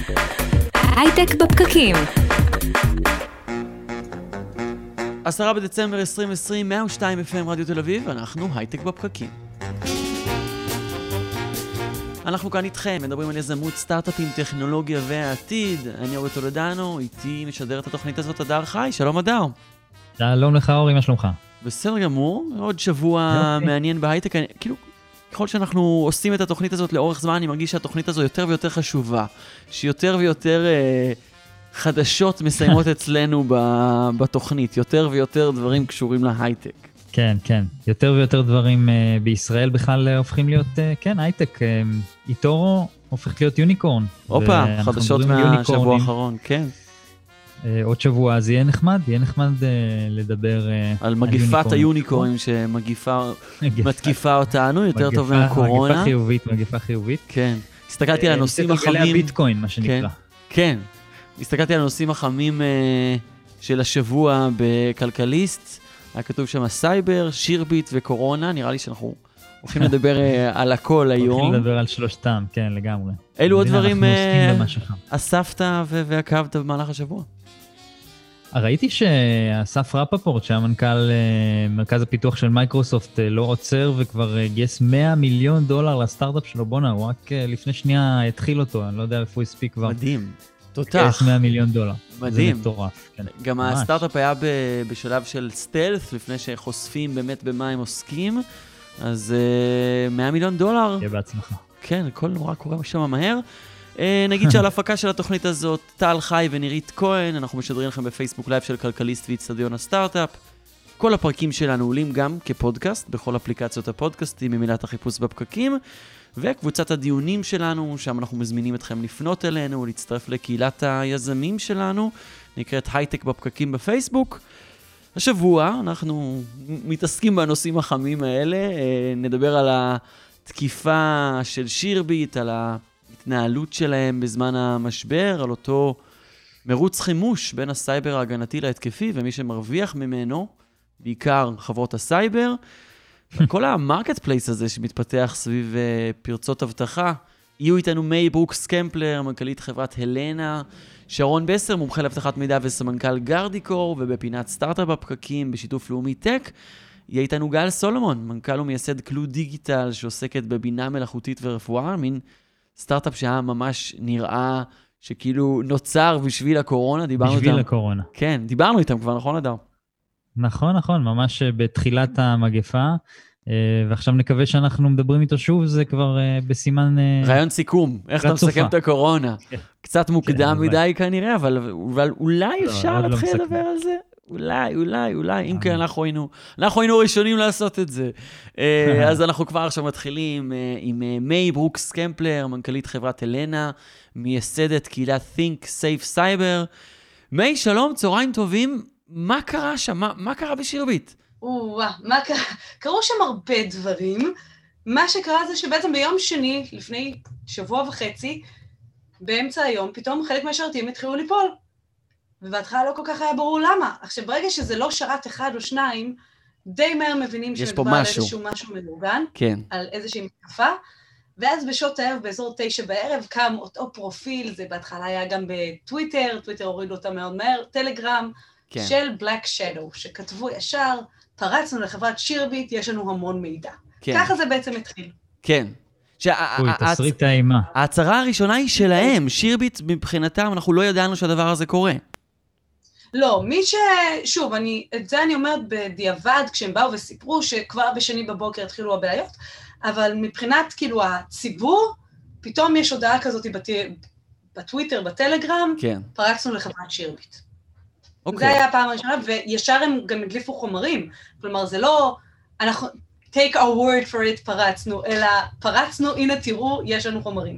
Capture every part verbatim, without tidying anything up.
הייטק בפקקים. עשרה בדצמבר עשרים עשרים, מאה ושתיים אף אם רדיו תל אביב, אנחנו הייטק בפקקים. אנחנו כאן איתכם, מדברים על יזמות, סטארט-אפים, טכנולוגיה והעתיד. אני אורי טולדנו, איתי משדר את התוכנית הזאת הדר חי. שלום הדר. שלום לך אורי, מה שלומך? בסדר גמור, עוד שבוע מעניין בהייטק. כאילו, ככל שאנחנו עושים את התוכנית הזאת לאורך זמן, אני מרגיש שהתוכנית הזו יותר ויותר חשובה, שיותר ויותר אה, חדשות מסיימות אצלנו בתוכנית, יותר ויותר דברים קשורים להייטק. כן, כן. יותר ויותר דברים uh, בישראל בכלל uh, הופכים להיות, uh, כן, הייטק. Uh, איתורו הופך להיות יוניקורן. אופה, חדשות מהשבוע האחרון, כן. Uh, עוד שבוע, אז יהיה נחמד, יהיה נחמד uh, לדבר uh, על מגיפת היוניקורנים שמגיפה, מתקיפה אותנו, יותר טוב מהקורונה. מגיפה חיובית, מגיפה חיובית. כן. הסתכלתי על הנושאים החמים. גלי הביטקוין, מה שנקרא. כן. הסתכלתי על הנושאים החמים uh, של השבוע בכלכליסט. היה כתוב שם סייבר, שירביט וקורונה, נראה לי שאנחנו הולכים לדבר על הכל היום. הולכים לדבר על שלושתם, כן, לגמרי. אילו עוד דברים אספת ועקבת במהלך השבוע? ראיתי שאסף רפפורט, שהמנכ"ל מרכז הפיתוח של מייקרוסופט, לא עוצר וכבר גייס מאה מיליון דולר לסטארט-אפ שלו. בונה, הוא רק לפני שנייה התחיל אותו, אני לא יודע איפה הוא הספיק כבר. מדהים. תותח. גייס מאה מיליון דולר. מדהים. זה מטורף. כן. גם ממש. הסטארט-אפ היה ב- בשלב של סטלף, לפני שחושפים באמת במה הם עוסקים, אז uh, מאה מיליון דולר. יהיה בהצלחה. כן, הכל נורא קורה שם מהר. Uh, נגיד שעל ההפקה של התוכנית הזאת, טל חי ונירית כהן, אנחנו משדרים לכם בפייסבוק לייב של כלכליסט ואיצטדיון הסטארט-אפ. כל הפרקים שלנו עולים גם כפודקאסט, בכל אפליקציות הפודקאסטים, ממילת החיפוש בפקקים. וקבוצת הדיונים שלנו, שם אנחנו מזמינים אתכם לפנות אלינו, להצטרף לקהילת היזמים שלנו, נקראת הייטק בפקקים בפייסבוק. השבוע אנחנו מתעסקים בנושאים החמים האלה, נדבר על התקיפה של שירביט, על ההתנהלות שלהם בזמן המשבר, על אותו מרוץ חימוש בין הסייבר ההגנתי להתקפי, ומי שמרוויח ממנו, בעיקר חברות הסייבר, כל המרקט פלייס הזה שמתפתח סביב uh, פרצות הבטחה. יהיו איתנו מיי ברוקס קמפלר, מנכ"לית חברת הלנה, שרון בסר, מומחה להבטחת מידע וסמנכ"ל גרדיקור, ובפינת סטארט-אפ בפקקים בשיתוף לאומי טק. יהיה איתנו גל סולומון, מנכ"ל ומייסד קלו דיגיטל, שעוסקת בבינה מלאכותית ורפואה, מין סטארט-אפ שהיה ממש נראה שכאילו נוצר בשביל הקורונה. בשביל איתם, הקורונה. כן, דיברנו איתם כבר, נכון אדר? נכון, נכון, ממש בתחילת המגפה, ועכשיו נקווה שאנחנו מדברים איתו שוב, זה כבר בסימן... רעיון סיכום, איך אתה מסכם את הקורונה. קצת מוקדם מדי כנראה, אבל אולי אפשר להתחיל לדבר על זה? אולי, אולי, אולי, אם כן אנחנו היינו, אנחנו היינו ראשונים לעשות את זה. אז אנחנו כבר עכשיו מתחילים עם מיי ברוקס קמפלר, מנכ"לית חברת הלנה, מייסדת קהילת Think Safe Cyber. מיי, שלום, צהריים טובים. מה קרה שם? מה, מה קרה בשירביט? וואה, מה קרה? קרו שם הרבה דברים. מה שקרה זה שבעצם ביום שני, לפני שבוע וחצי, באמצע היום, פתאום חלק מהשרתים התחילו ליפול. ובהתחלה לא כל כך היה ברור למה. עכשיו, ברגע שזה לא שרת אחד או שניים, די מהר מבינים שמדבר על איזשהו משהו מאורגן, כן. על איזושהי מתקפה, ואז בשעות הערב, באזור תשע בערב, קם אותו פרופיל, זה בהתחלה היה גם בטוויטר, טוויטר הוריד אותה מאוד מהר, טלגרם, כן. של Black Shadow, שכתבו ישר, פרצנו לחברת שירביט, יש לנו המון מידע. כן. ככה זה בעצם התחיל. כן. אוי, תסריט האימה. ההצהרה הראשונה היא שלהם, שירביט מבחינתם, אנחנו לא ידענו שהדבר הזה קורה. לא, מי ש... שוב, אני, את זה אני אומרת בדיעבד, כשהם באו וסיפרו שכבר בשני בבוקר התחילו הבעיות, אבל מבחינת כאילו הציבור, פתאום יש הודעה כזאת בת... בטוויטר, בטלגרם, כן. פרצנו לחברת שירביט. Okay. זה היה הפעם הראשונה, וישר הם גם הדליפו חומרים. כלומר, זה לא, אנחנו, take our word for it, פרצנו, אלא פרצנו, הנה תראו, יש לנו חומרים.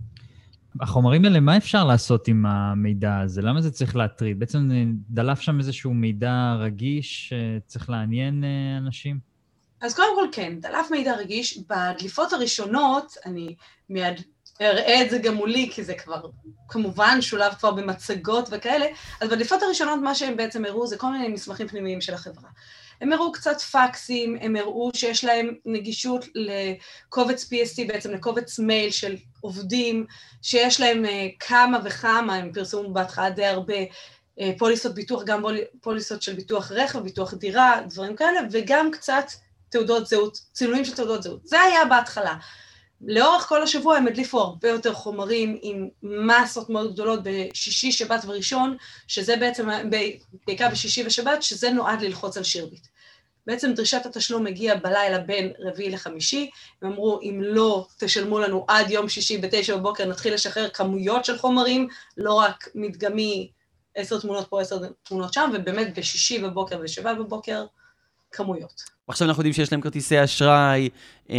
החומרים האלה, מה אפשר לעשות עם המידע הזה? למה זה צריך להטריד? בעצם דלף שם איזשהו מידע רגיש, צריך לעניין אנשים? אז קודם כל כן, דלף מידע רגיש. בדליפות הראשונות, אני מיד אראה את זה גם מולי, כי זה כבר כמובן שולב כבר במצגות וכאלה, אז בדליפות הראשונות מה שהם בעצם הראו זה כל מיני מסמכים פנימיים של החברה. הם הראו קצת פקסים, הם הראו שיש להם נגישות לקובץ פי אס טי, בעצם לקובץ מייל של עובדים, שיש להם כמה וכמה, הם פרסמו בהתחלה די הרבה פוליסות ביטוח, גם פוליסות של ביטוח רכב, ביטוח דירה, דברים כאלה, וגם קצת תעודות זהות, צילומים של תעודות זהות. זה היה בהתחלה. לאורך כל השבוע הם הדליפו הרבה יותר חומרים עם מסות מאוד גדולות בשישי, שבת וראשון, שזה בעצם, בעיקר בשישי ושבת, שזה נועד ללחוץ על שירביט. בעצם דרישת התשלום הגיעה בלילה בין רביעי לחמישי, הם אמרו, אם לא תשלמו לנו עד יום שישי בתשע בבוקר, נתחיל לשחרר כמויות של חומרים, לא רק מדגמי עשר תמונות פה, עשר תמונות שם, ובאמת בשישי בבוקר ושבת בבוקר, כמויות. עכשיו אנחנו יודעים שיש להם כרטיסי אשראי,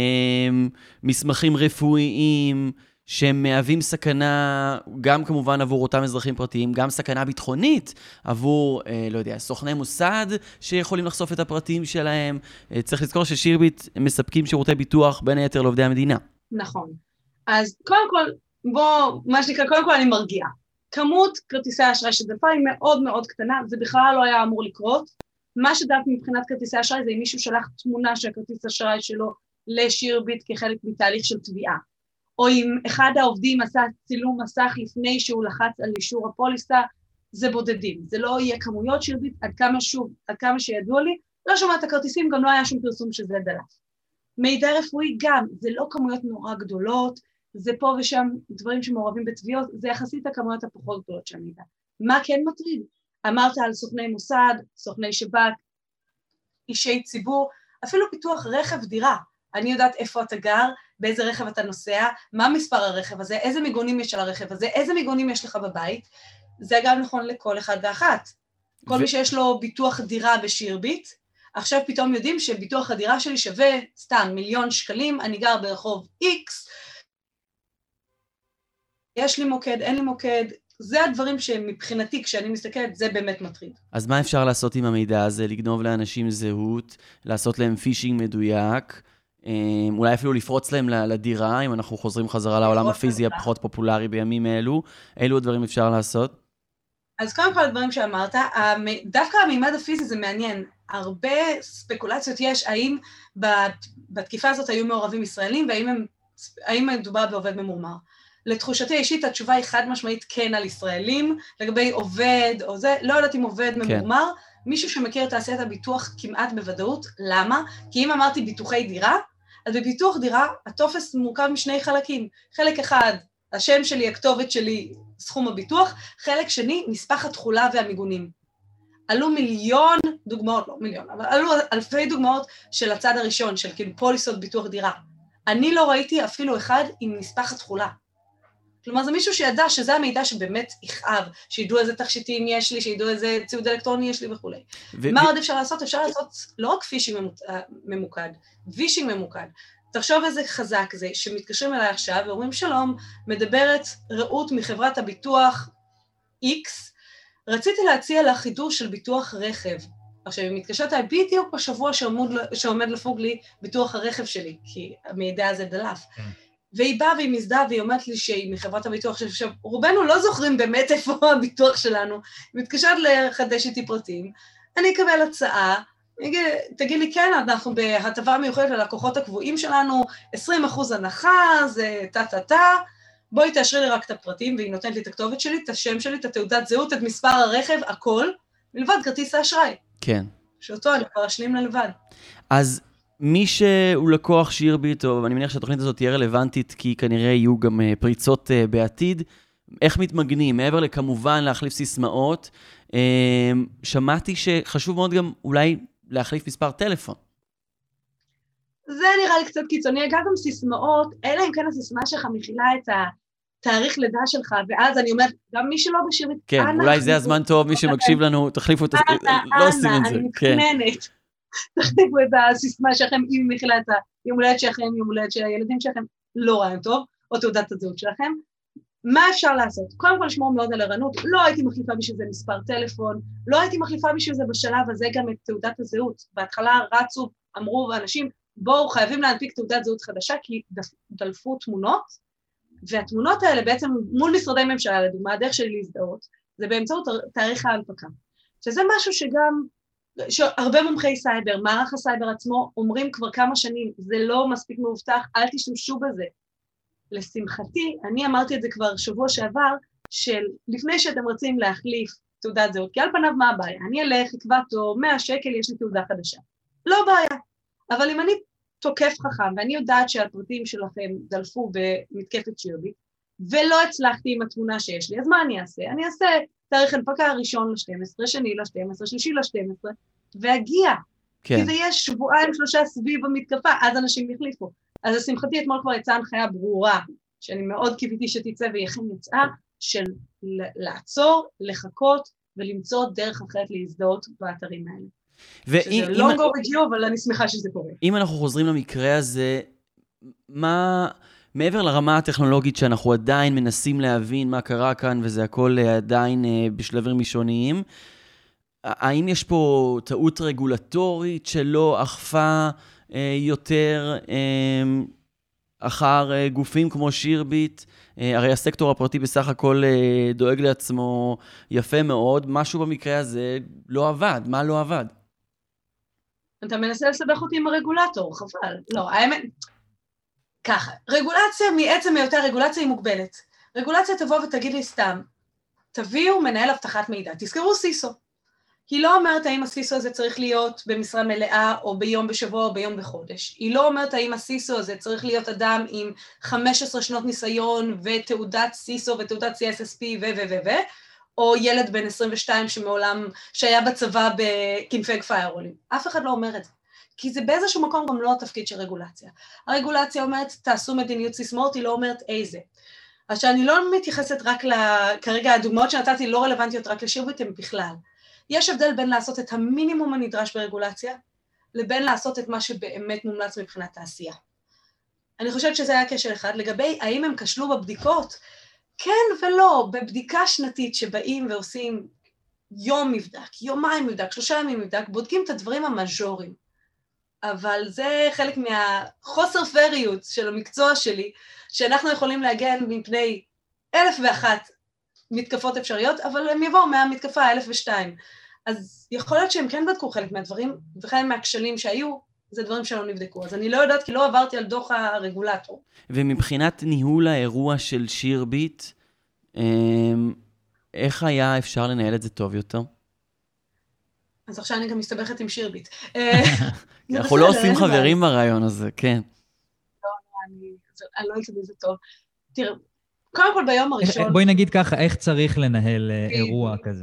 מסמכים רפואיים, שהם מהווים סכנה, גם כמובן עבור אותם אזרחים פרטיים, גם סכנה ביטחונית עבור, לא יודע, סוכני מוסד שיכולים לחשוף את הפרטים שלהם. צריך לזכור ששירביט מספקים שירותי ביטוח בין היתר לעובדי המדינה. נכון. אז קודם כל, בוא, מה שנקרא, קודם כל אני מרגיעה. כמות כרטיסי האשראי שדלפה היא מאוד מאוד קטנה, זה בכלל לא היה אמור לקרות. מה שדף מבחינת כרטיסי אשראי זה אם מישהו שלח תמונה של כרטיס אשראי שלו לשירביט כחלק מתהליך של תביעה. או אם אחד העובדים עשה צילום מסך לפני שהוא לחץ על אישור הפוליסה, זה בודדים. זה לא יהיה כמויות שירביט, עד כמה שוב, עד כמה שידוע לי, לא שומע את הכרטיסים, גם לא היה שום פרסום שזה דלף. מידע רפואי גם, זה לא כמויות נורא גדולות, זה פה ושם דברים שמעורבים בתביעות, זה יחסית הכמויות הפחות גדולות של מידע. מה כן מטריד? אמרת על סוכני מוסד, סוכני שב"כ, אישי ציבור, אפילו פיתוח רכב דירה. אני יודעת איפה אתה גר, באיזה רכב אתה נוסע, מה מספר הרכב הזה, איזה מיגונים יש על הרכב הזה, איזה מיגונים יש לך בבית. זה גם נכון לכל אחד ואחת. כל ו... מי שיש לו ביטוח דירה בשירביט, עכשיו פתאום יודעים שביטוח הדירה שלי שווה סתם מיליון שקלים, אני גר ברחוב X, יש לי מוקד, אין לי מוקד, זה הדברים שמבחינתי, כשאני מסתכלת, זה באמת מטריד. אז מה אפשר לעשות עם המידע הזה? לגנוב לאנשים זהות, לעשות להם פישינג מדויק, אולי אפילו לפרוץ להם לדירה, אם אנחנו חוזרים חזרה לעולם הפיזי הפחות פופולרי בימים אלו. אילו הדברים אפשר לעשות? אז קודם כל הדברים שאמרת, דווקא המימד הפיזי זה מעניין. הרבה ספקולציות יש, האם בתקיפה הזאת היו מעורבים ישראלים, והאם מדובר בעובד ממורמר. לתחושתי האישית, התשובה היא חד משמעית כן על ישראלים, לגבי עובד או זה, לא יודעת אם עובד ממורמר, כן. מישהו שמכיר את תעשיית הביטוח כמעט בוודאות, למה? כי אם אמרתי ביטוחי דירה, אז בביטוח דירה הטופס מורכב משני חלקים, חלק אחד, השם שלי, הכתובת שלי, סכום הביטוח, חלק שני, נספח התחולה והמיגונים. עלו מיליון דוגמאות, לא מיליון, אבל עלו אלפי דוגמאות של הצד הראשון, של כאילו פוליסות ביטוח דירה. אני לא ראיתי אפילו אחד עם נספח התחולה. כלומר, זה מישהו שידע שזה המידע שבאמת יכאב, שידעו איזה תכשיטים יש לי, שידעו איזה ציוד אלקטרוני יש לי וכו'. ו- מה ו- עוד אפשר לעשות? אפשר לעשות לא רק פישינג ממוקד, וישינג ממוקד. תחשוב איזה חזק זה, שמתקשרים אליי עכשיו ואומרים שלום, מדברת רעות מחברת הביטוח X, רציתי להציע לה חידוש של ביטוח רכב. עכשיו, היא מתקשרת אליי בדיוק בשבוע שעומד, שעומד לפוג לי ביטוח הרכב שלי, כי המידע הזה דלף. והיא באה והיא מזדהה והיא אומרת לי שהיא מחברת הביטוח שלי, עכשיו, רובנו לא זוכרים באמת איפה הביטוח שלנו, היא מתקשרת לחדש איתי פרטים, אני אקבל הצעה, תגיד לי כן, אנחנו בהטבה מיוחדת ללקוחות הקבועים שלנו, עשרים אחוז הנחה, זה טה-טה-טה, בואי תאשרי לי רק את הפרטים, והיא נותנת לי את הכתובת שלי, את השם שלי, את התעודת זהות, את מספר הרכב, הכל, מלבד כרטיס האשראי. כן. שאותו אני כבר אשלים ללבד. אז מי שהוא לקוח שירביט, או אני מניח שהתוכנית הזאת תהיה רלוונטית, כי כנראה יהיו גם פריצות בעתיד, איך מתמגנים? מעבר לכמובן להחליף סיסמאות, שמעתי שחשוב מאוד גם אולי להחליף מספר טלפון. זה נראה לי קצת קיצוני, אגב גם סיסמאות, אלא אם כן הסיסמה שלך מכילה את התאריך לידה שלך, ואז אני אומרת, גם מי שלא בשירביט, כן, אולי זה הזמן טוב, מי שמקשיב לנו, תחליפו את הסיסמה, לא עושים את זה. אני מתכננת. תחליפו את הסיסמה שלכם, אם מכילה את היום הולדת שלכם, יום הולדת של הילדים שלכם, לא רעיון טוב, או תעודת הזהות שלכם. מה אפשר לעשות? קודם כל לשמור מאוד על ערנות, לא הייתי מחליפה בשביל זה מספר טלפון, לא הייתי מחליפה בשביל זה בשלב הזה גם את תעודת הזהות. בהתחלה רצו, אמרו אנשים, בואו חייבים להנפיק תעודת זהות חדשה, כי דלפו תמונות, והתמונות האלה בעצם מול משרדי ממשלה, לדוגמה, הדרך שלי להזדהות, זה באמצעות תאריך ההנפקה. שזה משהו שגם הרבה מומחי סייבר, מערך הסייבר עצמו, אומרים כבר כמה שנים, זה לא מספיק מאובטח, אל תשתמשו בזה. לשמחתי, אני אמרתי את זה כבר שבוע שעבר, של לפני שאתם רוצים להחליף תעודת זהות, כי על פניו מה הבעיה? אני אלך, אקבע תור, מאה שקל, יש לי תעודה חדשה. לא בעיה. אבל אם אני תוקף חכם, ואני יודעת שהפרטים שלכם דלפו במתקפת שירביט, ולא הצלחתי עם התמונה שיש לי, אז מה אני אעשה? אני אעשה תאריך הנפקה הראשון ל-שתים עשרה, שני ל-שתים עשרה, שלישי ל-שתים עשרה, והגיע. כן. כי זה יש שבועיים, שלושה סביב המתקפה, אז אנשים יחליפו. אז לשמחתי אתמול כבר יצאה הנחיה ברורה, שאני מאוד קיוויתי שתצא ויחם יצאה, של לעצור, לחכות ולמצוא דרך אחרת להזדהות באתרים האלה. שזה לא go with you, אבל אני שמחה שזה קורה. אם אנחנו חוזרים למקרה הזה, מה, מעבר לרמה הטכנולוגית שאנחנו עדיין מנסים להבין מה קרה כאן, וזה הכל עדיין בשלבים ראשוניים, האם יש פה טעות רגולטורית שלא אכפה יותר אחר גופים כמו שירביט? הרי הסקטור הפרטי בסך הכל דואג לעצמו יפה מאוד, משהו במקרה הזה לא עבד. מה לא עבד? אתה מנסה לסבך אותי עם הרגולטור, חבל. לא, האמת, ככה, רגולציה מעצם היותר רגולציה היא מוגבלת. רגולציה תבוא ותגיד לי סתם, תביאו מנהל הבטחת מידע, תזכרו סיסו. היא לא אומרת האם הסיסו הזה צריך להיות במשרה מלאה, או ביום בשבוע, או ביום בחודש. היא לא אומרת האם הסיסו הזה צריך להיות אדם עם חמש עשרה שנות ניסיון, ותעודת סיסו, ותעודת סי אס אס פי, ו, ו, ו, ו, או ילד בן עשרים ושתיים שמעולם, שהיה בצבא בקינפג פיירולים. אף אחד לא אומר את זה. כי זה באיזשהו מקום גם לא התפקיד של רגולציה. הרגולציה אומרת, תעשו מדיניות סיסמאות, היא לא אומרת איזה. אז שאני לא מתייחסת רק ל... כרגע הדוגמאות שנתתי לא רלוונטיות רק לשירביט, הם בכלל. יש הבדל בין לעשות את המינימום הנדרש ברגולציה, לבין לעשות את מה שבאמת מומלץ מבחינת תעשייה. אני חושבת שזה היה קשר אחד. לגבי האם הם כשלו בבדיקות, כן ולא, בבדיקה שנתית שבאים ועושים יום מבדק, יומיים מבדק, שלושה ימים מבדק, בודקים את הדברים המז'וריים. אבל זה חלק מהחוסר פריות של המקצוע שלי, שאנחנו יכולים להגן מפני אלף ואחת מתקפות אפשריות, אבל הם יבואו מהמתקפה אלף ושתיים. אז יכול להיות שהם כן בדקו חלק מהדברים, וחלק מהכשלים שהיו, זה דברים שלא נבדקו. אז אני לא יודעת, כי לא עברתי על דוח הרגולטור. ומבחינת ניהול האירוע של שירביט, איך היה אפשר לנהל את זה טוב יותר? אז עכשיו אני גם מסתבכת עם שירביט. אנחנו לא עושים חברים ברעיון הזה, כן. לא, אני לא יודעת את זה טוב. תראה, קודם כל ביום הראשון... בואי נגיד ככה, איך צריך לנהל אירוע כזה?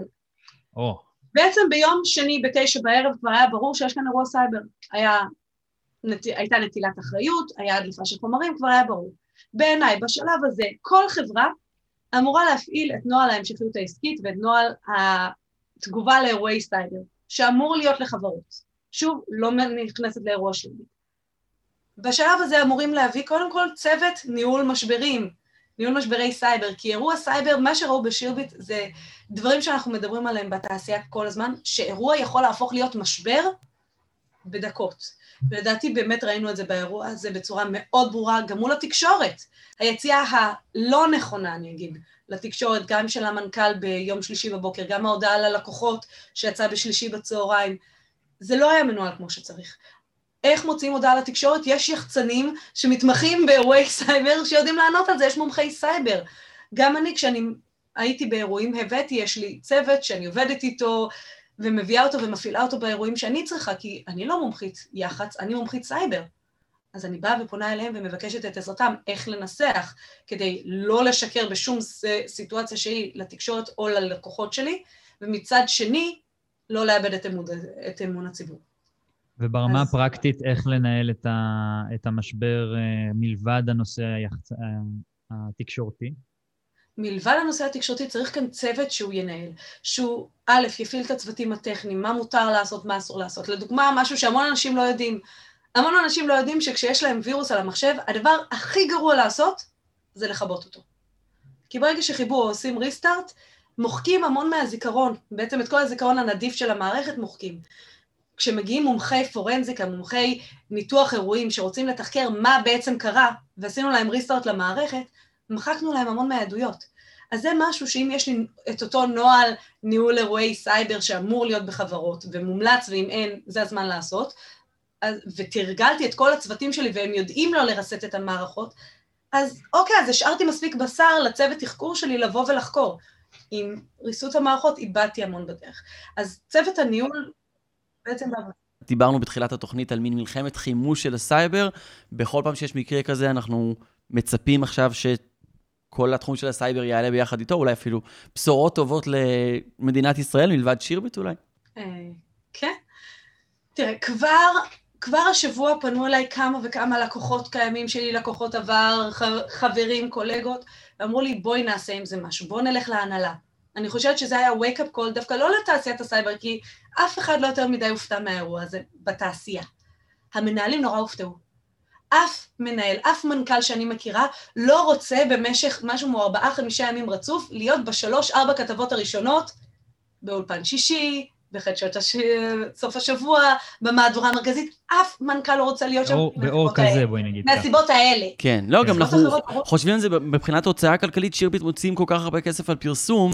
בעצם ביום שני בתשע בערב כבר היה ברור שיש כאן אירוע סייבר. הייתה נטילת אחריות, היה הדליפה של חומרים, כבר היה ברור. בעיניי, בשלב הזה, כל חברה אמורה להפעיל את נוהל ההמשכיות העסקית ואת נוהל התגובה לאירועי סייבר, שאמור להיות לחברות. שוב, לא נכנסת לאירוע שלי. בשלב הזה אמורים להביא קודם כל צוות ניהול משברים, ניהול משברי סייבר, כי אירוע סייבר, מה שראו בשירביט זה דברים שאנחנו מדברים עליהם בתעשייה כל הזמן, שאירוע יכול להפוך להיות משבר בדקות. ולדעתי באמת ראינו את זה באירוע הזה בצורה מאוד ברורה, גם מול התקשורת. היציאה הלא נכונה, אני אגיד, לתקשורת, גם של המנכ"ל ביום שלישי בבוקר, גם ההודעה ללקוחות שיצאה בשלישי בצהריים, זה לא היה מנוהל כמו שצריך. איך מוציאים הודעה לתקשורת? יש יחצנים שמתמחים באירועי סייבר שיודעים לענות על זה, יש מומחי סייבר. גם אני, כשאני הייתי באירועים, הבאתי, יש לי צוות שאני עובדת איתו, ומביאה אותו ומפעילה אותו באירועים שאני צריכה, כי אני לא מומחית יח"צ, אני מומחית סייבר. אז אני באה ופונה אליהם ומבקשת את עזרתם איך לנסח, כדי לא לשקר בשום סיטואציה שהיא לתקשורת או ללקוחות שלי, ומצד שני, לא לאבד את אמון, את אמון הציבור. וברמה אז... הפרקטית, איך לנהל את, ה, את המשבר מלבד הנושא היחצ... התקשורתי? מלבד הנושא התקשורתי צריך כאן צוות שהוא ינהל, שהוא א', יפעיל את הצוותים הטכניים, מה מותר לעשות, מה אסור לעשות. לדוגמה, משהו שהמון אנשים לא יודעים. המון אנשים לא יודעים שכשיש להם וירוס על המחשב, הדבר הכי גרוע לעשות זה לחבות אותו. כי ברגע שחיבור או עושים ריסטארט, מוחקים המון מהזיכרון, בעצם את כל הזיכרון הנדיף של המערכת מוחקים. כשמגיעים מומחי פורנזיקה, מומחי ניתוח אירועים שרוצים לתחקר מה בעצם קרה, ועשינו להם ריסטארט למערכת, מחקנו להם המון מהעדויות. אז זה משהו שאם יש לי את אותו נוהל ניהול אירועי סייבר שאמור להיות בחברות, ומומלץ ואם אין, זה הזמן לעשות, אז, ותרגלתי את כל הצוותים שלי והם יודעים לא לרסט את המערכות, אז אוקיי, אז השארתי מספיק בשר לצוות תחקור שלי לבוא ולחקור. עם ריסות המערכות איבדתי המון בדרך. אז צוות הניהול בעצם... דיברנו בתחילת התוכנית על מין מלחמת חימוש של הסייבר, בכל פעם שיש מקרה כזה אנחנו מצפים עכשיו שכל התחום של הסייבר יעלה ביחד איתו, אולי אפילו בשורות טובות למדינת ישראל, מלבד שירביט אולי? כן. תראה, כבר... כבר השבוע פנו אליי כמה וכמה לקוחות קיימים שלי, לקוחות עבר, חברים, קולגות, ואמרו לי, בואי נעשה עם זה משהו, בואי נלך להנהלה. אני חושבת שזה היה wake-up call, דווקא לא לתעשיית הסייבר, כי אף אחד לא יותר מדי הופתע מהאירוע הזה בתעשייה. המנהלים נורא הופתעו. אף מנהל, אף מנכ"ל שאני מכירה, לא רוצה במשך משהו כמו ארבעה, חמישה ימים רצוף, להיות בשלוש, ארבע כתבות הראשונות, באולפן שישי, בחדשות הש... סוף השבוע, במהדורה המרכזית, אף מנכ"ל לא רוצה להיות שם. באור כזה, בואי נגיד. מהסיבות האלה. כן, לא, גם אנחנו חושבים על זה, מבחינת ההוצאה הכלכלית, שירביט מוציאים כל כך הרבה כסף על פרסום,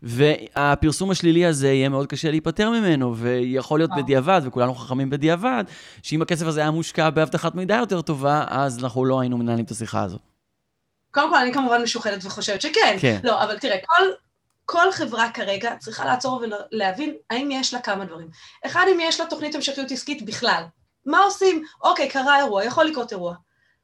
והפרסום השלילי הזה יהיה מאוד קשה להיפטר ממנו, ויכול להיות בדיעבד, וכולנו חכמים בדיעבד, שאם הכסף הזה היה מושקע בהבטחת מידע יותר טובה, אז אנחנו לא היינו מנהלים את השיחה הזאת. קודם כל, אני כמובן משוחדת וחושבת שכן. כן. לא, אבל תראה, כל... כל חברה כרגע צריכה לעצור ולהבין האם יש לה כמה דברים. אחד, אם יש לה תוכנית המשכיות עסקית בכלל. מה עושים? אוקיי, קרה אירוע, יכול לקרות אירוע.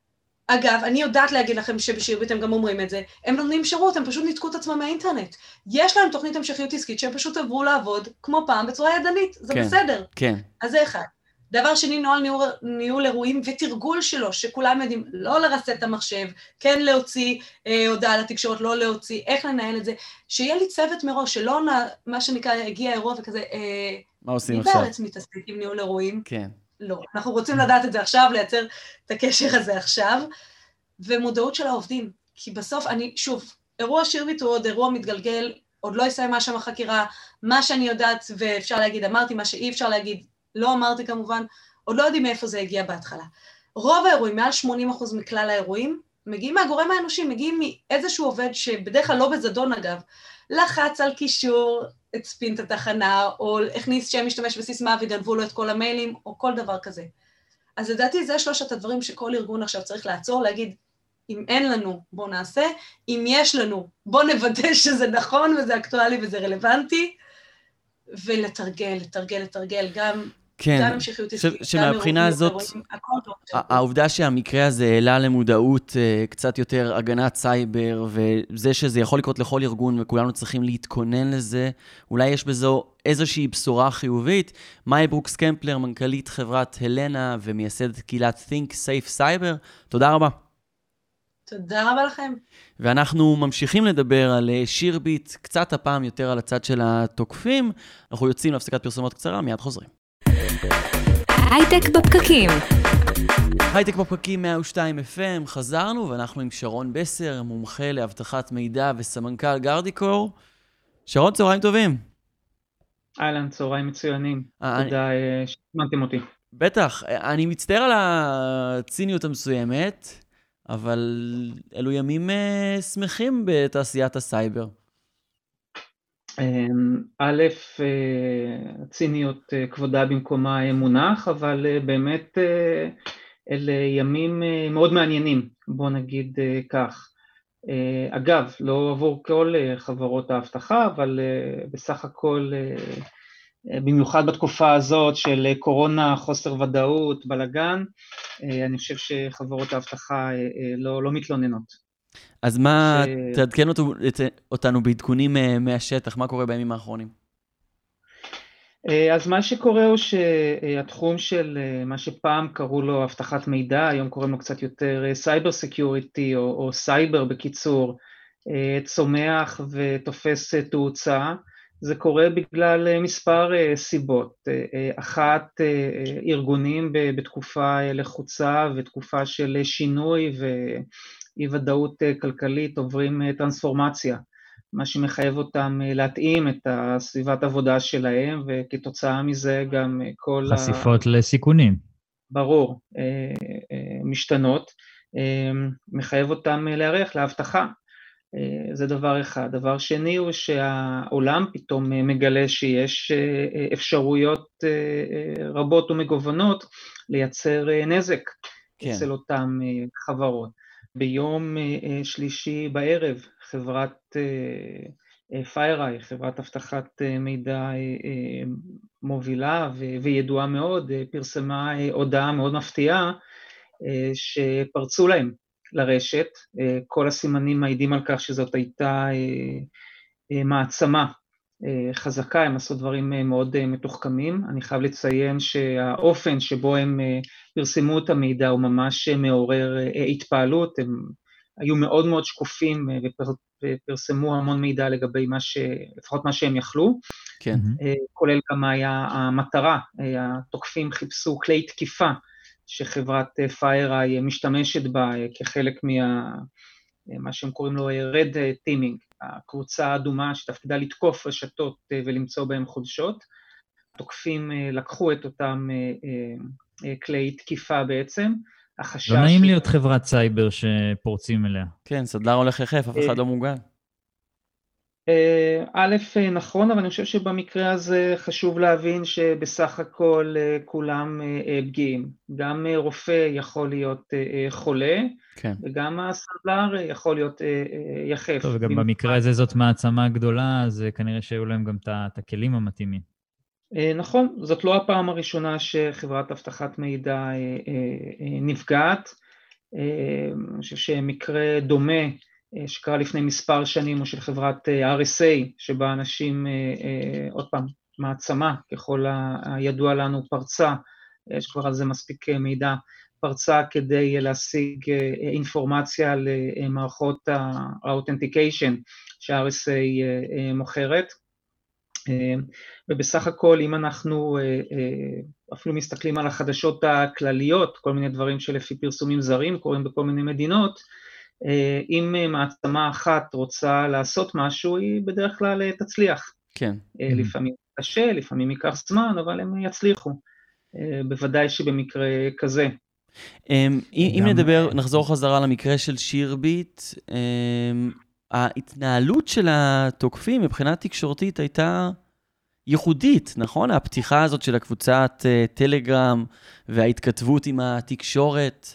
אגב, אני יודעת להגיד לכם שבשירביט הם גם אומרים את זה, הם נותנים שירות, הם פשוט ניתקו את עצמם מהאינטרנט. יש להם תוכנית המשכיות עסקית שהם פשוט עברו לעבוד כמו פעם בצורה ידנית, זה כן, בסדר. כן. אז זה אחד. דבר שני, נוהל ניהול, ניהול אירועים ותרגול שלו, שכולם יודעים לא לרסט את המחשב, כן להוציא אה, הודעה לתקשורת, לא להוציא, איך לנהל את זה, שיהיה לי צוות מראש, שלא נע, מה שנקרא, הגיע אירוע וכזה, אה, מה עושים עכשיו? בארץ מתעסק עם ניהול אירועים. כן. לא, אנחנו רוצים לדעת את זה עכשיו, לייצר את הקשר הזה עכשיו, ומודעות של העובדים, כי בסוף אני, שוב, אירוע שירביט הוא עוד אירוע מתגלגל, עוד לא יסיימה שם החקירה, מה שאני יודעת ואפשר להגיד, אמרתי מה שאי אפשר להגיד, לא אמרתי כמובן, עוד לא יודעים מאיפה זה הגיע בהתחלה. רוב האירועים, מעל שמונים אחוז מכלל האירועים, מגיעים מהגורם האנושי, מגיעים מאיזשהו עובד שבדרך כלל לא בזדון אגב, לחץ על קישור, הצפין את התחנה, או הכניס שם משתמש בסיסמה וגנבו לו את כל המיילים, או כל דבר כזה. אז לדעתי זה שלושת הדברים שכל ארגון עכשיו צריך לעצור, להגיד, אם אין לנו, בוא נעשה, אם יש לנו, בוא נוודא שזה נכון וזה אקטואלי וזה רלוונטי, ולתרגל, לתרגל, לתרגל, גם... כן, שמהבחינה הזאת, העובדה שהמקרה הזה העלה למודעות קצת יותר הגנת סייבר, וזה שזה יכול לקרות לכל ארגון, וכולנו צריכים להתכונן לזה, אולי יש בזו איזושהי בשורה חיובית. מאי ברוקס קמפלר, מנכ"לית חברת הלנה, ומייסדת קהילת Think Safe Cyber, תודה רבה. תודה רבה לכם. ואנחנו ממשיכים לדבר על שירביט, קצת הפעם יותר על הצד של התוקפים, אנחנו יוצאים להפסקת פרסומות קצרה, מיד חוזרים. הייטק בפקקים. הייטק בפקקים מאה ושתיים אף אם, חזרנו ואנחנו עם שרון בסר, מומחה לאבטחת מידע וסמנכ"ל גרדיקור. שרון, צהריים טובים. אהלן, צהריים מצוינים. אני... תודה שזמנתם אותי. בטח, אני מצטער על הציניות המסוימת, אבל אלו ימים שמחים בתעשיית הסייבר. א', ציניות כבודה במקומה מונח, אבל באמת אלה ימים מאוד מעניינים, בוא נגיד כך. אגב, לא עבור כל חברות האבטחה, אבל בסך הכל, במיוחד בתקופה הזאת של קורונה, חוסר ודאות, בלגן, אני חושב שחברות האבטחה לא, לא מתלוננות. אז מה, ש... תעדכן אותנו בעדכונים מהשטח, מה קורה בימים האחרונים? אז מה שקורה הוא שהתחום של מה שפעם קראו לו אבטחת מידע, היום קוראים לו קצת יותר סייבר סקיוריטי או, או סייבר בקיצור, צומח ותופס תאוצה. זה קורה בגלל מספר סיבות. אחת, ארגונים בתקופה לחוצה ותקופה של שינוי ו... אי ודאות כלכלית עוברים טרנספורמציה, מה שמחייב אותם להתאים את הסביבת עבודה שלהם, וכתוצאה מזה גם כל... חשיפות ה... לסיכונים. ברור, משתנות, מחייב אותם להיערך להבטחה. זה דבר אחד. דבר שני הוא שהעולם פתאום מגלה שיש אפשרויות רבות ומגוונות לייצר נזק כן. אצל אותם חברות. ביום שלישי בערב, חברת FireEye, חברת אבטחת מידע מובילה וידועה מאוד, פרסמה הודעה מאוד מפתיעה שפרצו להם לרשת, כל הסימנים מעידים על כך שזאת הייתה מעצמה חזקה, הם עשו דברים מאוד מתוחכמים. אני חייב לציין שהאופן שבו הם פרסמו את המידע הוא ממש מעורר התפעלות, הם היו מאוד מאוד שקופים ופרסמו המון מידע לגבי מה ש... לפחות מה שהם יכלו, כן. כולל גם היה המטרה, התוקפים חיפשו כלי תקיפה, שחברת FireEye משתמשת בה כחלק מה... מה שהם קוראים לו Red Teaming, הקבוצה האדומה שתפקידה לתקוף רשתות ולמצוא בהם חולשות. התוקפים לקחו את אותם כלי תקיפה בעצם. לא נעים להיות חברת סייבר שפורצים אליה. כן, סדלר הולך יחף, אף אחד לא מוגן. א', נכון, אבל אני חושב שבמקרה הזה חשוב להבין שבסך הכל כולם פגיעים. גם רופא יכול להיות חולה, כן. וגם הסדלר יכול להיות יחף. טוב, וגם במקרה הזה זאת מעצמה גדולה, אז כנראה שהיו להם גם את הכלים המתאימים. נכון, זאת לא הפעם הראשונה שחברת אבטחת מידע נפגעת. אני חושב שמקרה דומה, שקרה לפני מספר שנים, או של חברת אר אס איי, שבה אנשים, עוד פעם, מעצמה, ככל הידוע לנו, פרצה, יש כבר על זה מספיק מידע, פרצה כדי להשיג אינפורמציה למערכות האותנטיקיישן שה-אר אס איי מוכרת, ובסך הכל, אם אנחנו אפילו מסתכלים על החדשות הכלליות, כל מיני דברים שלפי פרסומים זרים קורים בכל מיני מדינות, אם מעצמה אחת רוצה לעשות משהו, היא בדרך כלל תצליח. כן. לפעמים קשה, לפעמים ייקח זמן, אבל הם יצליחו. בוודאי שבמקרה כזה. אם נדבר, נחזור חזרה למקרה של שירביט, ההתנהלות של התוקפים מבחינת תקשורתית הייתה ייחודית, נכון? הפתיחה הזאת של הקבוצת טלגרם וההתכתבות עם התקשורת.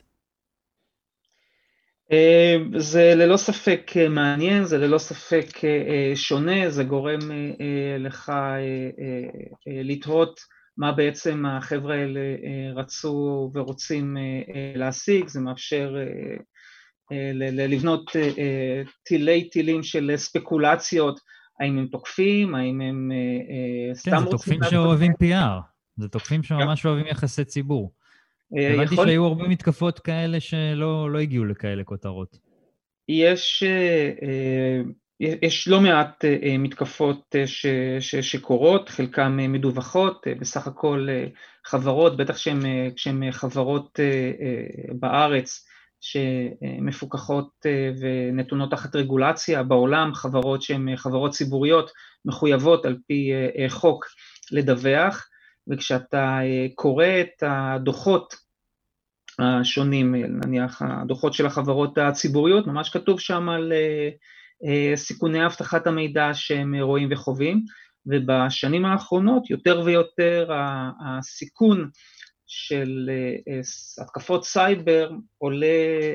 זה ללא ספק מעניין, זה ללא ספק שונה, זה גורם לך לתהות מה בעצם החבר'ה האלה רצו ורוצים להשיג, זה מאפשר לבנות טילי טילים של ספקולציות, האם הם תוקפים, האם הם סתם רוצים... כן, זה תוקפים שאוהבים פי אר, זה תוקפים שממש אוהבים יחסי ציבור. הבנתי שהיו הרבה מתקפות כאלה שלא לא הגיעו לכאלה כותרות. יש, יש לא מעט מתקפות ש, ש, שקורות, חלקם מדווחות, בסך הכל חברות, בטח שהן חברות בארץ, שמפוקחות ונתונות תחת רגולציה בעולם, חברות שהן חברות ציבוריות מחויבות על פי חוק לדווח, וכשאתה קורא את הדוחות השונים, נניח הדוחות של החברות הציבוריות, ממש כתוב שם על סיכוני אבטחת המידע שהם רואים וחווים, ובשנים האחרונות יותר ויותר הסיכון של התקפות סייבר עולה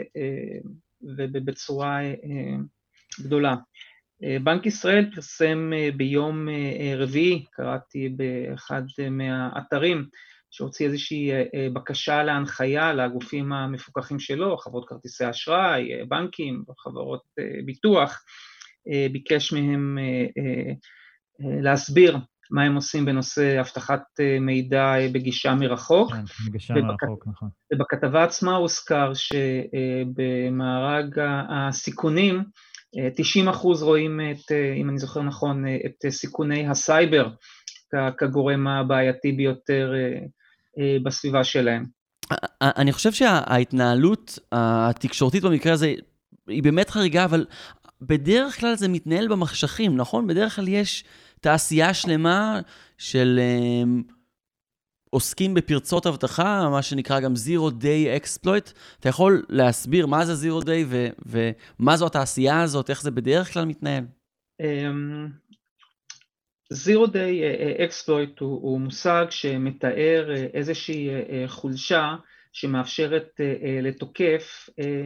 ובצורה גדולה. בנק ישראל פרסם ביום רביעי, קראתי באחד מהאתרים, שהוציא איזושהי בקשה להנחיה לגופים המפוקחים שלו, חברות כרטיסי אשראי, בנקים, חברות ביטוח, ביקש מהם להסביר מה הם עושים בנושא אבטחת מידע בגישה מרחוק. כן, בגישה מרחוק, נכון. ובכתבה עצמה הוזכר שבמארג הסיכונים, תשעים אחוז רואים את, אם אני זוכר נכון, את סיכוני הסייבר כגורם הבעייתי ביותר בסביבה שלהם. אני חושב שההתנהלות התקשורתית במקרה הזה היא באמת חריגה, אבל בדרך כלל זה מתנהל במחשכים, נכון? בדרך כלל יש תעשייה שלמה של עוסקים בפרצות אבטחה, מה שנקרא גם Zero Day Exploit. אתה יכול להסביר מה זה Zero Day ו- ומה זו התעשייה הזאת, איך זה בדרך כלל מתנהל? Zero Day Exploit הוא, הוא מושג שמתאר איזושהי חולשה שמאפשרת לתוקף,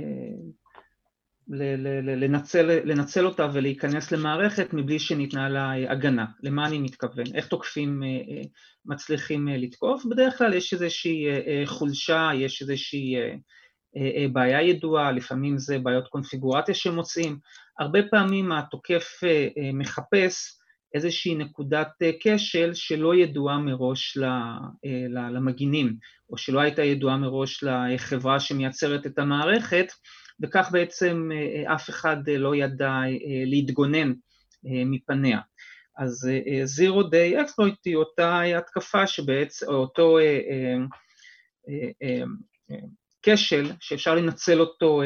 לנצל, לנצל אותה ולהיכנס למערכת מבלי שניתנה לה הגנה. למה אני מתכוון? איך תוקפים מצליחים לתקוף? בדרך כלל יש איזושהי חולשה, יש איזושהי בעיה ידועה, לפעמים זה בעיות קונפיגורציה שמוצאים. הרבה פעמים התוקף מחפש איזושהי נקודת כשל שלא ידועה מראש למגינים, או שלא הייתה ידועה מראש לחברה שמייצרת את המערכת, וכך בעצם אף אחד לא ידע להתגונן מפניה. אז Zero Day Exploit היא אותה התקפה שבעצם, או אותו כשל שאפשר לנצל אותו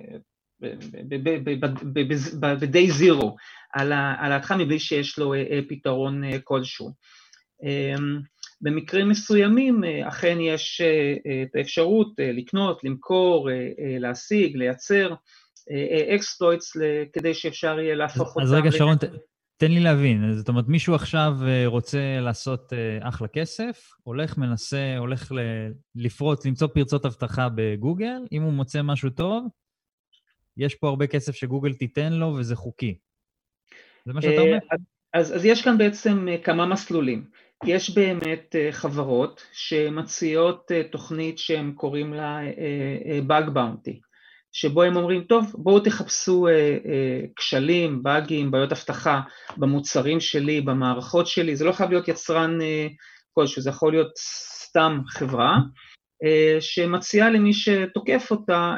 ב-day zero על ההתחלה מבלי שיש לו פתרון כלשהו. במקרים מסוימים אכן יש את האפשרות לקנות, למכור, להשיג, לייצר exploits כדי שאפשר יהיה להפוך אותם. אז רגע שרון, תן לי להבין, זאת אומרת מישהו עכשיו רוצה לעשות אחלה כסף, הולך מנסה, הולך לפרוץ, למצוא פרצות אבטחה בגוגל, אם הוא מוצא משהו טוב, יש פה הרבה כסף שגוגל תיתן לו וזה חוקי. זה מה שאתה אומר? אז, אז יש כאן בעצם כמה מסלולים. יש באמת חברות שמציעות תוכנית שהם קוראים לה Bug Bounty, שבו הם אומרים, טוב, בואו תחפשו כשלים, באגים, בעיות אבטחה במוצרים שלי, במערכות שלי, זה לא חייב להיות יצרן כלשהו, זה יכול להיות סתם חברה, שמציעה למי שתוקף אותה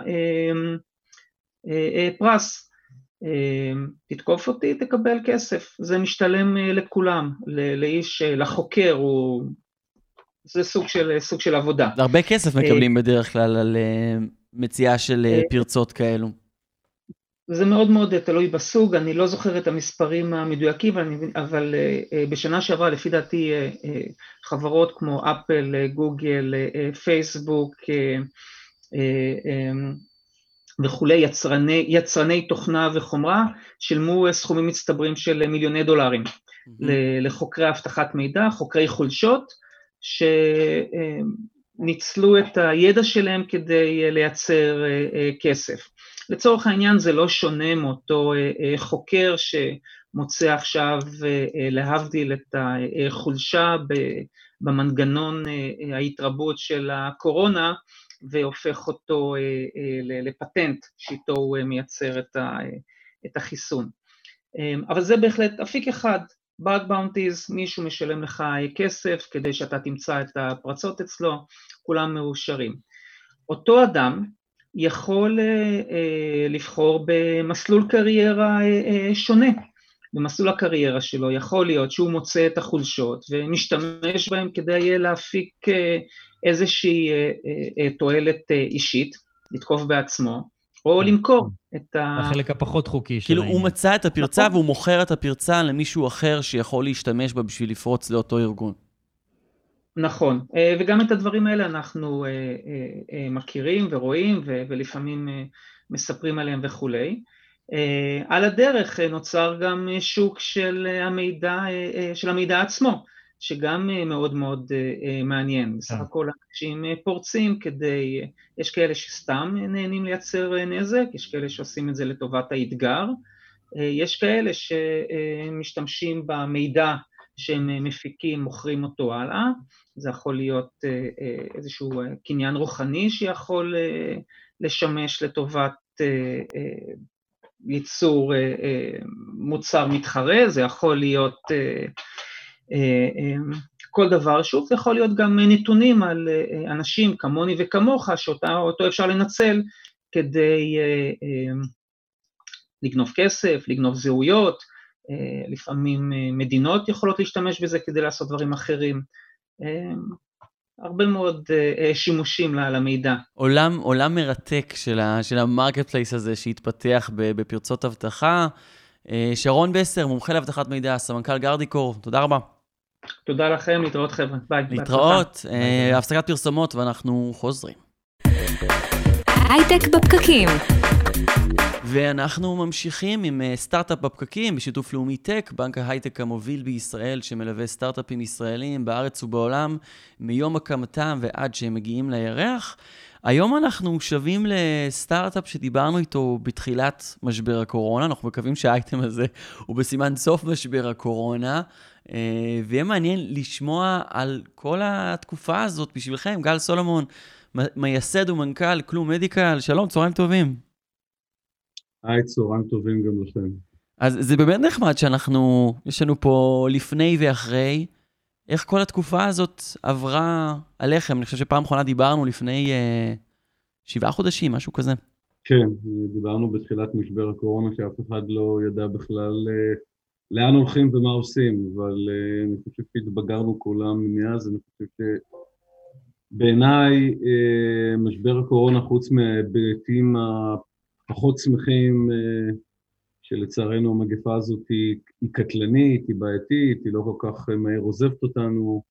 פרס, תתקוף אותי, תקבל כסף, זה משתלם לכולם, לאיש, לחוקר, הוא... זה סוג של, סוג של עבודה. הרבה כסף מקבלים בדרך כלל על מציאה של פרצות כאלו. זה מאוד מאוד תלוי בסוג, אני לא זוכר את המספרים המדויקים, אבל, אבל בשנה שעברה לפי דעתי חברות כמו אפל, גוגל, פייסבוק, וכולי, יצרני, יצרני תוכנה וחומרה, שילמו סכומים מצטברים של מיליוני דולרים mm-hmm. לחוקרי הבטחת מידע, חוקרי חולשות, שניצלו את הידע שלהם כדי לייצר כסף. לצורך העניין זה לא שונה מאותו חוקר שמוצא עכשיו להבדיל את החולשה במנגנון ההתרבות של הקורונה, והופך אותו לפטנט שאיתו הוא מייצר את החיסון. אבל זה בהחלט אפיק אחד, Bug Bounties, מישהו משלם לך כסף כדי שאתה תמצא את הפרצות אצלו, כולם מאושרים. אותו אדם יכול לבחור במסלול קריירה שונה, במסלול הקריירה שלו יכול להיות שהוא מוצא את החולשות ומשתמש בהם כדי להפיק איזושהי תועלת אישית, לתקוף בעצמו, או למכור את ה... החלק הפחות חוקי שלהם. כאילו הוא מצא את הפרצה והוא מוכר את הפרצה למישהו אחר שיכול להשתמש בה בשביל לפרוץ לאותו ארגון. נכון, וגם את הדברים האלה אנחנו מכירים ורואים ולפעמים מספרים עליהם וכולי. על הדרך נוצר גם שוק של המידע, של המידע עצמו, שגם מאוד מאוד מעניין. בסך הכל אנשים פורצים כדי, יש כאלה שסתם נהנים לייצר נזק, יש כאלה שעושים את זה לטובת האתגר, יש כאלה שמשתמשים במידע שהם מפיקים, מוכרים אותו הלאה, זה יכול להיות איזשהו קניין רוחני שיכול לשמש לטובת ייצור מוצר מתחרה, זה יכול להיות כל דבר, שוב, זה יכול להיות גם נתונים על אנשים כמוני וכמוך, שאותו אפשר לנצל כדי לגנוב כסף, לגנוב זהויות, לפעמים מדינות יכולות להשתמש בזה כדי לעשות דברים אחרים, הרבה מאוד שימושים למידע. עולם, עולם מרתק של, ה, של המרקט פלייס הזה שהתפתח בפרצות אבטחה. שרון בסר, מומחה להבטחת מידע, סמנכ"ל גרדיקור, תודה רבה. תודה לכם, להתראות חבר'ה, ביי. להתראות, אה, הפסקת פרסומות ואנחנו חוזרים. הייטק בפקקים. ואנחנו ממשיכים עם סטארט-אפ בפקקים בשיתוף לאומי טק, בנק ההייטק המוביל בישראל שמלווה סטארט-אפים ישראלים בארץ ובעולם מיום הקמתם ועד שהם מגיעים לירח. היום אנחנו שווים לסטארט-אפ שדיברנו איתו בתחילת משבר הקורונה, אנחנו מקווים שהאייטם הזה הוא בסימן סוף משבר הקורונה, ויהיה מעניין לשמוע על כל התקופה הזאת בשבילכם. גל סולומון, מייסד ומנכ"ל כלום מדיקל, שלום, צהריים טובים. היי, צהריים טובים גם לכם. אז זה באמת נחמד שאנחנו, יש לנו פה לפני ואחרי, איך כל התקופה הזאת עברה עליכם? אני חושב שפעם אחרונה דיברנו לפני אה, שבעה חודשים, משהו כזה. כן, דיברנו בתחילת משבר הקורונה, שאף אחד לא ידע בכלל אה, לאן הולכים ומה עושים, אבל אה, אני חושב שהתבגרנו כולם מאז, אני חושב שבעיניי אה, משבר הקורונה, חוץ מהיבטים הפחות שמחים, אה, שלצערנו המגפה הזאת היא, היא קטלנית, היא בעייתית, היא לא כל כך מהר עוזבת אותנו.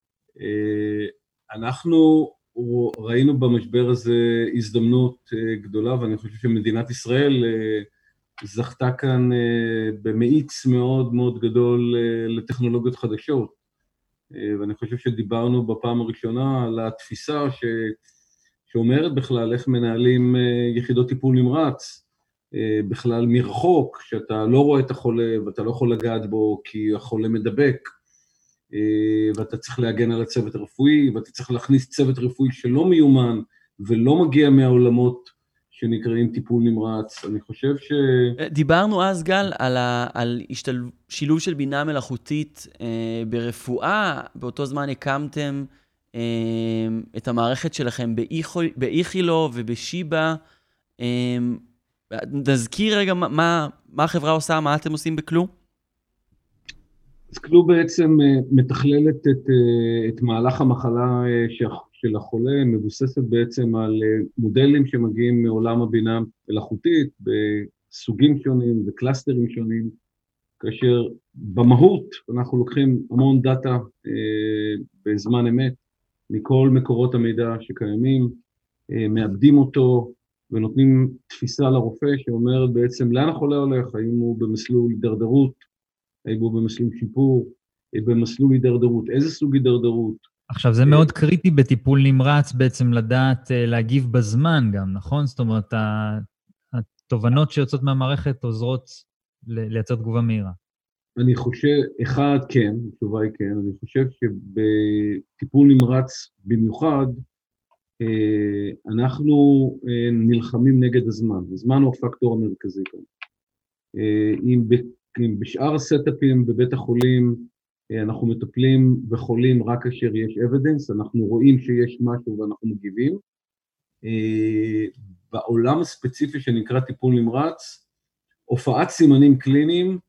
אנחנו ראינו במשבר הזה הזדמנות גדולה, ואני חושב שמדינת ישראל זכתה כאן במאיץ מאוד מאוד גדול לטכנולוגיות חדשות. ואני חושב שדיברנו בפעם הראשונה על התפיסה ש... שאומרת בכלל איך מנהלים יחידות טיפול נמרץ, בכלל מרחוק, שאתה לא רואה את החולה ואתה לא יכול לגעת בו כי החולה מדבק, ואתה צריך להגן על הצוות הרפואי, ואתה צריך להכניס צוות רפואי שלא מיומן ולא מגיע מהעולמות שנקראים טיפול נמרץ. אני חושב ש... דיברנו אז, גל, על, ה... על השתל... שילוב של בינה מלאכותית אה, ברפואה. באותו זמן הקמתם אה, את המערכת שלכם באיכילו ובשיבה. אה, נזכיר רגע מה, מה, מה החברה עושה, מה אתם עושים בכלו? אז כלו בעצם מתכללת את, את מהלך המחלה של החולה, מבוססת בעצם על מודלים שמגיעים מעולם הבינה מלאכותית, בסוגים שונים וקלאסטרים שונים, כאשר במהות אנחנו לוקחים המון דאטה בזמן אמת, מכל מקורות המידע שקיימים, מאבדים אותו, ונותנים תפיסה לרופא שאומרת בעצם לאן החולה הולך, האם הוא במסלול הידרדרות, האם הוא במסלול שיפור, במסלול הידרדרות, איזה סוג הידרדרות. עכשיו זה מאוד קריטי בטיפול נמרץ בעצם לדעת להגיב בזמן גם, נכון? זאת אומרת, התובנות שיוצאות מהמערכת עוזרות לייצר תגובה מהירה. אני חושב, אחד כן, התשובה היא כן, אני חושב שבטיפול נמרץ במיוחד, אנחנו נלחמים נגד הזמן, הזמן הוא הפקטור המרכזי כאן. אם בשאר הסטאפים בבית החולים אנחנו מטפלים בחולים רק כאשר יש evidence, אנחנו רואים שיש משהו ואנחנו מגיבים. בעולם הספציפי שנקרא טיפול נמרץ, הופעת סימנים קליניים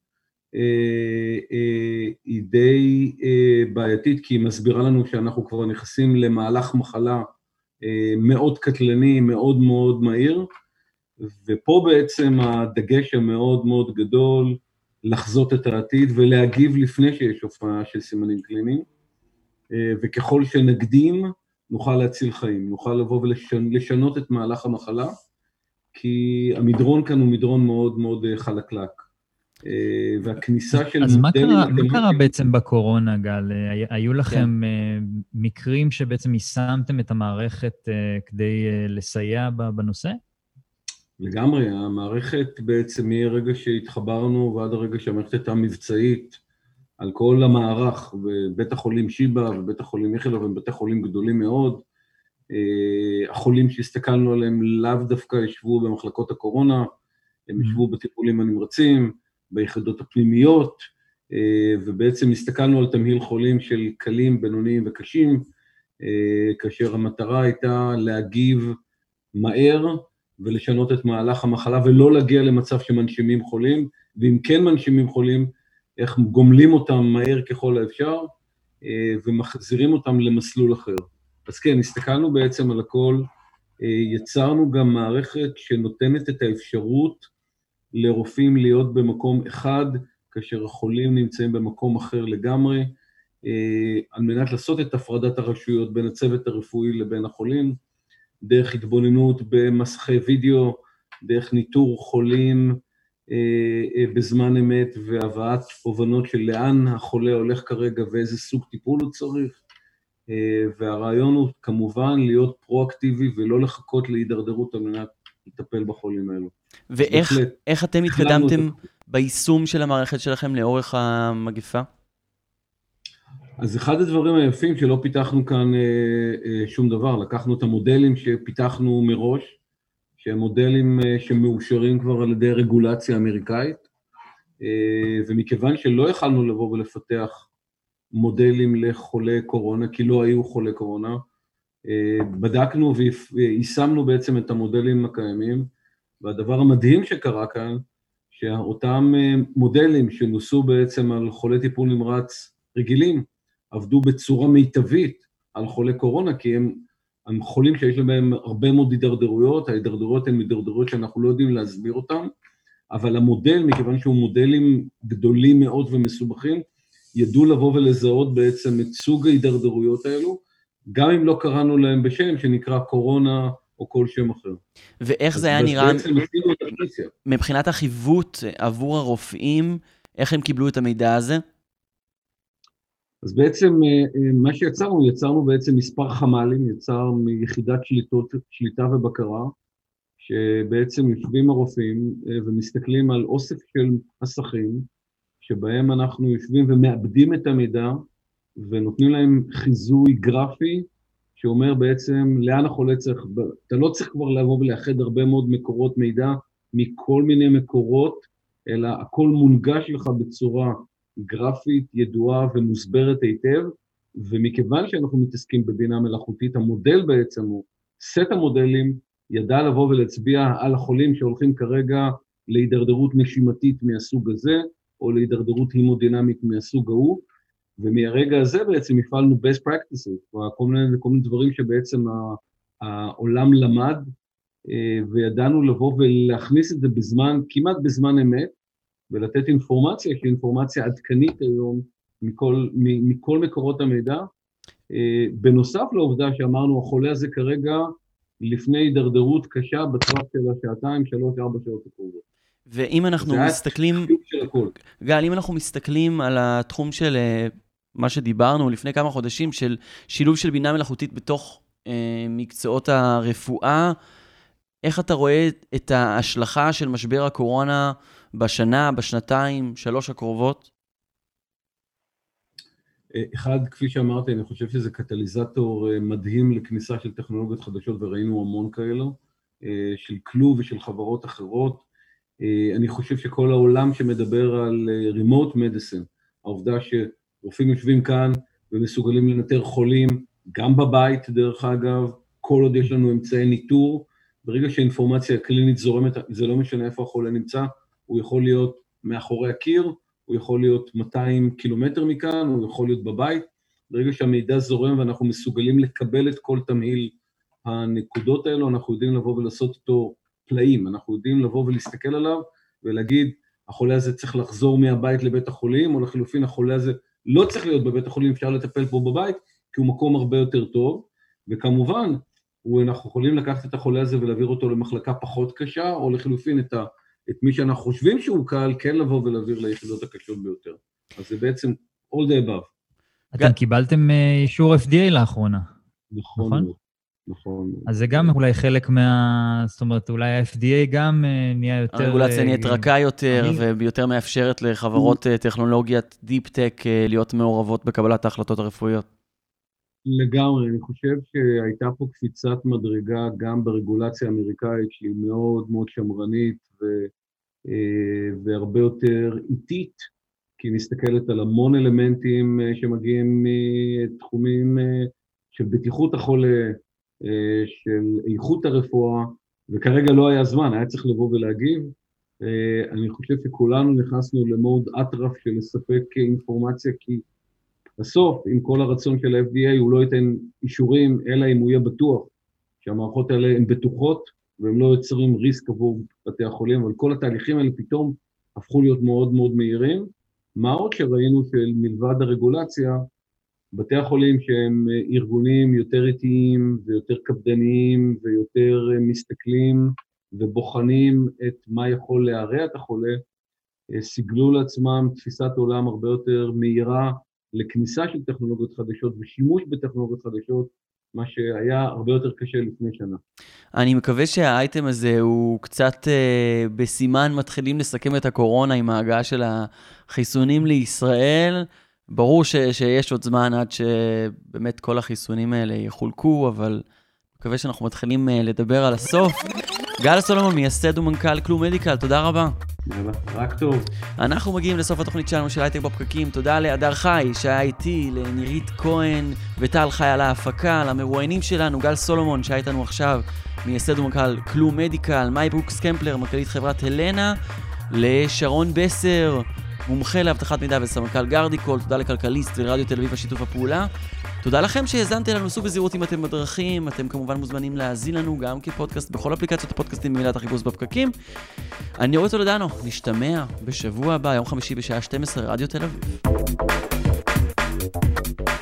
היא די בעייתית, כי היא מסבירה לנו שאנחנו כבר נכנסים למהלך מחלה מאוד קטלני, מאוד מאוד מהיר, ופה בעצם הדגש המאוד מאוד גדול, לחזות את העתיד ולהגיב לפני שיש הופעה של סימנים קליניים, וככל שנקדים נוכל להציל חיים, נוכל לבוא ולשנות את מהלך המחלה, כי המדרון כאן הוא מדרון מאוד מאוד חלקלק. והכניסה של... אז מה קרה, מה קרה בעצם בקורונה, גל? היו לכם מקרים שבעצם יישמתם את המערכת כדי לסייע בנושא? לגמרי, המערכת בעצם מהרגע שהתחברנו ועד הרגע שהמערכת הייתה מבצעית על כל המערך, ובית החולים שיבה ובית החולים איכילוב הם בתי חולים גדולים מאוד, החולים שהסתכלנו עליהם לאו דווקא ישבו במחלקות הקורונה, הם ישבו בטיפולים הנמרצים, ביחידות הפנימיות, ובעצם הסתכלנו על תמהיל חולים של קלים, בינוניים וקשים, כאשר המטרה הייתה להגיב מהר ולשנות את מהלך המחלה, ולא להגיע למצב שמנשימים חולים, ואם כן מנשימים חולים, איך גומלים אותם מהר ככל האפשר, ומחזירים אותם למסלול אחר. אז כן, הסתכלנו בעצם על הכל, יצרנו גם מערכת שנותנת את האפשרות, לרופאים להיות במקום אחד, כאשר החולים נמצאים במקום אחר לגמרי, על מנת לעשות את הפרדת הרשויות בין הצוות הרפואי לבין החולים, דרך התבוננות במסכי וידאו, דרך ניטור חולים בזמן אמת, והבאת הובנות של לאן החולה הולך כרגע ואיזה סוג טיפול הוא צריך, והרעיון הוא כמובן להיות פרואקטיבי ולא לחכות להידרדרות על מנת לטפל בחולים האלו. ואיך איך אתם התקדמתם ביישום של המערכת שלכם לאורך המגיפה? אז אחד הדברים היפים שלא פיתחנו כאן אה, אה, שום דבר, לקחנו את המודלים שפיתחנו מראש, שהם מודלים אה, שמאושרים כבר על ידי רגולציה אמריקאית, אה, ומכיוון שלא יכלנו לבוא ולפתח מודלים לחולי קורונה, כי לא היו חולי קורונה, אה, בדקנו ויישמנו בעצם את המודלים הקיימים, והדבר המדהים שקרה כאן, שאותם אה, מודלים שנוסו בעצם על חולי טיפול נמרץ רגילים, עבדו בצורה מיטבית על חולי קורונה, כי הם, הם חולים שיש להם הרבה מאוד הידרדרויות, ההידרדרויות הן הידרדרויות שאנחנו לא יודעים להסביר אותן, אבל המודל, מכיוון שהוא מודלים גדולים מאוד ומסובכים, ידעו לבוא ולזהות בעצם את סוג ההידרדרויות האלו, גם אם לא קראנו להם בשם, שנקרא קורונה או כל שם אחר. ואיך זה היה נראה, מבחינת החיווט עבור הרופאים, איך הם קיבלו את המידע הזה? אז בעצם מה שיצרנו, יצרנו בעצם מספר חמ"לים, יצר מיחידת שליטות, שליטה ובקרה, שבעצם יושבים הרופאים ומסתכלים על אוסף של מסכים, שבהם אנחנו יושבים ומאבדים את המידע, ונותנים להם חיזוי גרפי, שאומר בעצם לאן החולה צריך, אתה לא צריך כבר לבוא ולאחד הרבה מאוד מקורות מידע, מכל מיני מקורות, אלא הכל מונגש לך בצורה גרפית, ידועה ומוסברת היטב, ומכיוון שאנחנו מתעסקים בבינה מלאכותית, המודל בעצם הוא, סט המודלים ידע לבוא ולהצביע על החולים שהולכים כרגע להידרדרות נשימתית מהסוג הזה, או להידרדרות הימודינמית מהסוג ההוא, ומהרגע הזה בעצם הפעלנו best practices, כל מיני, כל מיני דברים שבעצם העולם למד, וידענו לבוא ולהכניס את זה בזמן, כמעט בזמן אמת, ולתת אינפורמציה, שהיא אינפורמציה עדכנית היום, מכל, מכל מקורות המידע, בנוסף לעובדה שאמרנו, החולה הזה כרגע, לפני הידרדרות קשה, בטווח של השעתיים, שלוש, ארבע שעות הקרובות. ואם אנחנו מסתכלים, גל, אם אנחנו מסתכלים על התחום של מה שדיברנו לפני כמה חודשים, של שילוב של בינה מלאכותית בתוך אה, מקצועות הרפואה, איך אתה רואה את ההשלכה של משבר הקורונה בשנה, בשנתיים, שלוש הקרובות? אחד, כפי שאמרתי, אני חושב שזה קטליזטור מדהים לכניסה של טכנולוגיות חדשות, וראינו המון כאלו, של כלוב ושל חברות אחרות. אני חושב שכל העולם שמדבר על remote medicine, העובדה שרופאים יושבים כאן ומסוגלים לנטר חולים, גם בבית דרך אגב, כל עוד יש לנו אמצעי ניטור, ברגע שהאינפורמציה הקלינית זורמת, זה לא משנה איפה החולה נמצא, הוא יכול להיות מאחורי הקיר, הוא יכול להיות מאתיים קילומטר מכאן, הוא יכול להיות בבית, ברגע שהמידע זורם ואנחנו מסוגלים לקבל את כל תמהיל הנקודות האלו, אנחנו יודעים לבוא ולעשות אותו פלאים, אנחנו יודעים לבוא ולהסתכל עליו ולהגיד, החולה הזה צריך לחזור מהבית לבית החולים, או לחילופין החולה הזה לא צריך להיות בבית החולים, אפשר לטפל פה בבית, כי הוא מקום הרבה יותר טוב, וכמובן, אנחנו יכולים לקחת את החולה הזה ולהעביר אותו למחלקה פחות קשה, או לחילופין את, ה, את מי שאנחנו חושבים שהוא קל, כן לבוא ולהעביר ליחידות הקשות ביותר. אז זה בעצם all the above. אתם קיבלתם אישור F D A לאחרונה. נכון, נכון? נכון. אז זה גם אולי חלק מה... זאת אומרת, אולי ה-F D A גם נהיה יותר... הרגולציה נהיית רכה יותר, ויותר מאפשרת לחברות טכנולוגיית דיפ-טק להיות מעורבות בקבלת ההחלטות הרפואיות. לגמרי, אני חושב שהייתה פה קפיצת מדרגה גם ברגולציה האמריקאית, שהיא מאוד מאוד שמרנית ו... והרבה יותר איטית, כי היא מסתכלת על המון אלמנטים שמגיעים מתחומים של בטיחות החולה, של איכות הרפואה, וכרגע לא היה זמן, היה צריך לבוא ולהגיב. אני חושב שכולנו נכנסנו למוד אטרף של לספק אינפורמציה, כי בסוף, עם כל הרצון של ה-F D A, הוא לא ייתן אישורים, אלא אם הוא יהיה בטוח שהמערכות האלה הן בטוחות, והם לא יוצרים ריסק עבור בתי החולים, אבל כל התהליכים האלה פתאום הפכו להיות מאוד מאוד מהירים. מה עוד שראינו של מלבד הרגולציה, בתי החולים שהם ארגונים יותר איטיים ויותר קפדניים ויותר מסתכלים ובוחנים את מה יכול להרע את החולה, סיגלו לעצמם תפיסת עולם הרבה יותר מהירה לכניסה של טכנולוגיות חדשות ושימוש בטכנולוגיות חדשות, מה שהיה הרבה יותר קשה לפני שנה. אני מקווה שהאייטם הזה הוא קצת אה, בסימן מתחילים לסכם את הקורונה עם ההגעה של החיסונים לישראל. ברור ש, שיש עוד זמן עד שבאמת כל החיסונים האלה יחולקו, אבל מקווה שאנחנו מתחילים אה, לדבר על הסוף. גל סולומון, מייסד ומנכ"ל כלום מדיקל, תודה רבה. רק טוב. אנחנו מגיעים לסוף התוכנית שלנו של הייטק בפקקים. תודה להדר חי שהיה איתי, לנירית כהן וטל חי על ההפקה, למרואיינים שלנו, גל סולומון שהיה איתנו עכשיו, מייסד ומנכ"ל כלום מדיקל, מאי ברוקס קמפלר, מנכ"לית חברת הלנה, לשרון בסר, מומחה להבטחת מידע וסמנכ"ל גרדיקול, תודה לכלכליסט ורדיו תל אביב השיתוף הפעולה. תודה לכם שהזנתם לנו, סעו בזהירות אם אתם בדרכים, אתם כמובן מוזמנים להאזין לנו גם כפודקאסט בכל אפליקציות הפודקאסטים במילת החיפוש בפקקים. אני אורי טולדנו, נשתמע בשבוע הבא, יום חמישי בשעה שתים עשרה, רדיו תל אביב.